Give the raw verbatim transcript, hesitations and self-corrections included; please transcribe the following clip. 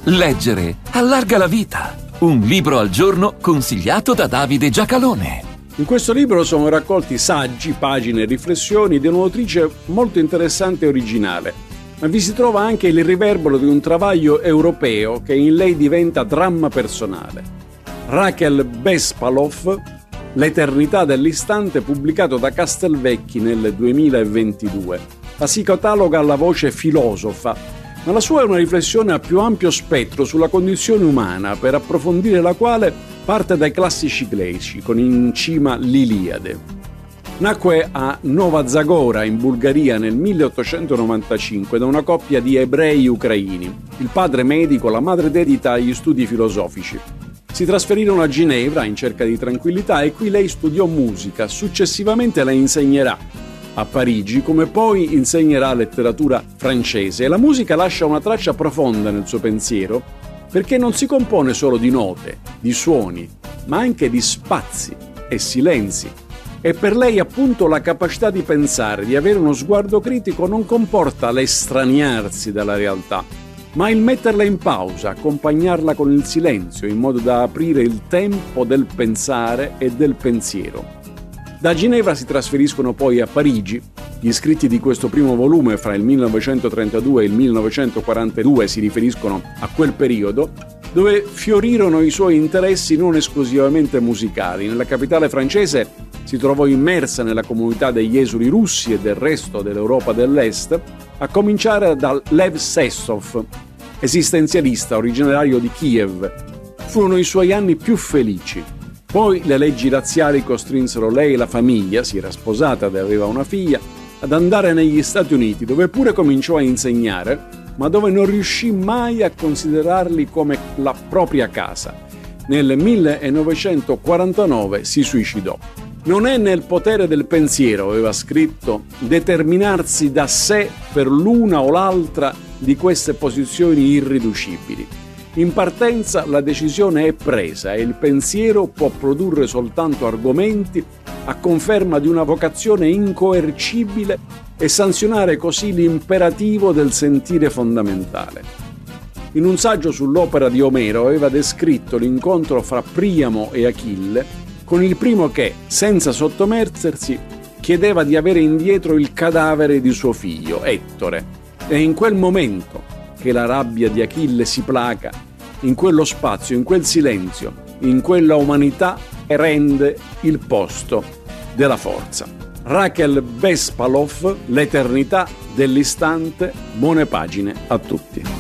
Leggere allarga la vita. Un libro al giorno consigliato da Davide Giacalone. In questo libro sono raccolti saggi, pagine e riflessioni di un'autrice molto interessante e originale, ma vi si trova anche il riverbero di un travaglio europeo che in lei diventa dramma personale. Rachel Bespalov, L'eternità dell'istante, pubblicato da Castelvecchi nel duemilaventidue. La si cataloga alla voce filosofa, ma la sua è una riflessione a più ampio spettro sulla condizione umana, per approfondire la quale parte dai classici greci, con in cima l'Iliade. Nacque a Nova Zagora, in Bulgaria, nel milleottocentonovantacinque da una coppia di ebrei ucraini, il padre medico, la madre dedita agli studi filosofici. Si trasferirono a Ginevra in cerca di tranquillità e qui lei studiò musica, successivamente la insegnerà a Parigi, come poi insegnerà letteratura francese. E la musica lascia una traccia profonda nel suo pensiero, perché non si compone solo di note, di suoni, ma anche di spazi e silenzi. E per lei appunto la capacità di pensare, di avere uno sguardo critico, non comporta l'estraniarsi dalla realtà, ma il metterla in pausa, accompagnarla con il silenzio, in modo da aprire il tempo del pensare e del pensiero. Da Ginevra si trasferiscono poi a Parigi. Gli scritti di questo primo volume, fra il millenovecentotrentadue e il millenovecentoquarantadue, si riferiscono a quel periodo, dove fiorirono i suoi interessi non esclusivamente musicali. Nella capitale francese si trovò immersa nella comunità degli esuli russi e del resto dell'Europa dell'Est, a cominciare da Lev Sessov, esistenzialista originario di Kiev. Furono i suoi anni più felici. Poi le leggi razziali costrinsero lei e la famiglia, si era sposata ed aveva una figlia, ad andare negli Stati Uniti, dove pure cominciò a insegnare, ma dove non riuscì mai a considerarli come la propria casa. Nel millenovecentoquarantanove si suicidò. Non è nel potere del pensiero, aveva scritto, determinarsi da sé per l'una o l'altra di queste posizioni irriducibili. In partenza la decisione è presa e il pensiero può produrre soltanto argomenti a conferma di una vocazione incoercibile e sanzionare così l'imperativo del sentire fondamentale. In un saggio sull'opera di Omero aveva descritto l'incontro fra Priamo e Achille, con il primo che, senza sottomettersi, chiedeva di avere indietro il cadavere di suo figlio, Ettore. È in quel momento che la rabbia di Achille si placa, in quello spazio, in quel silenzio, in quella umanità, e rende il posto della forza. Rachel Bespalov, L'eternità dell'istante, buone pagine a tutti.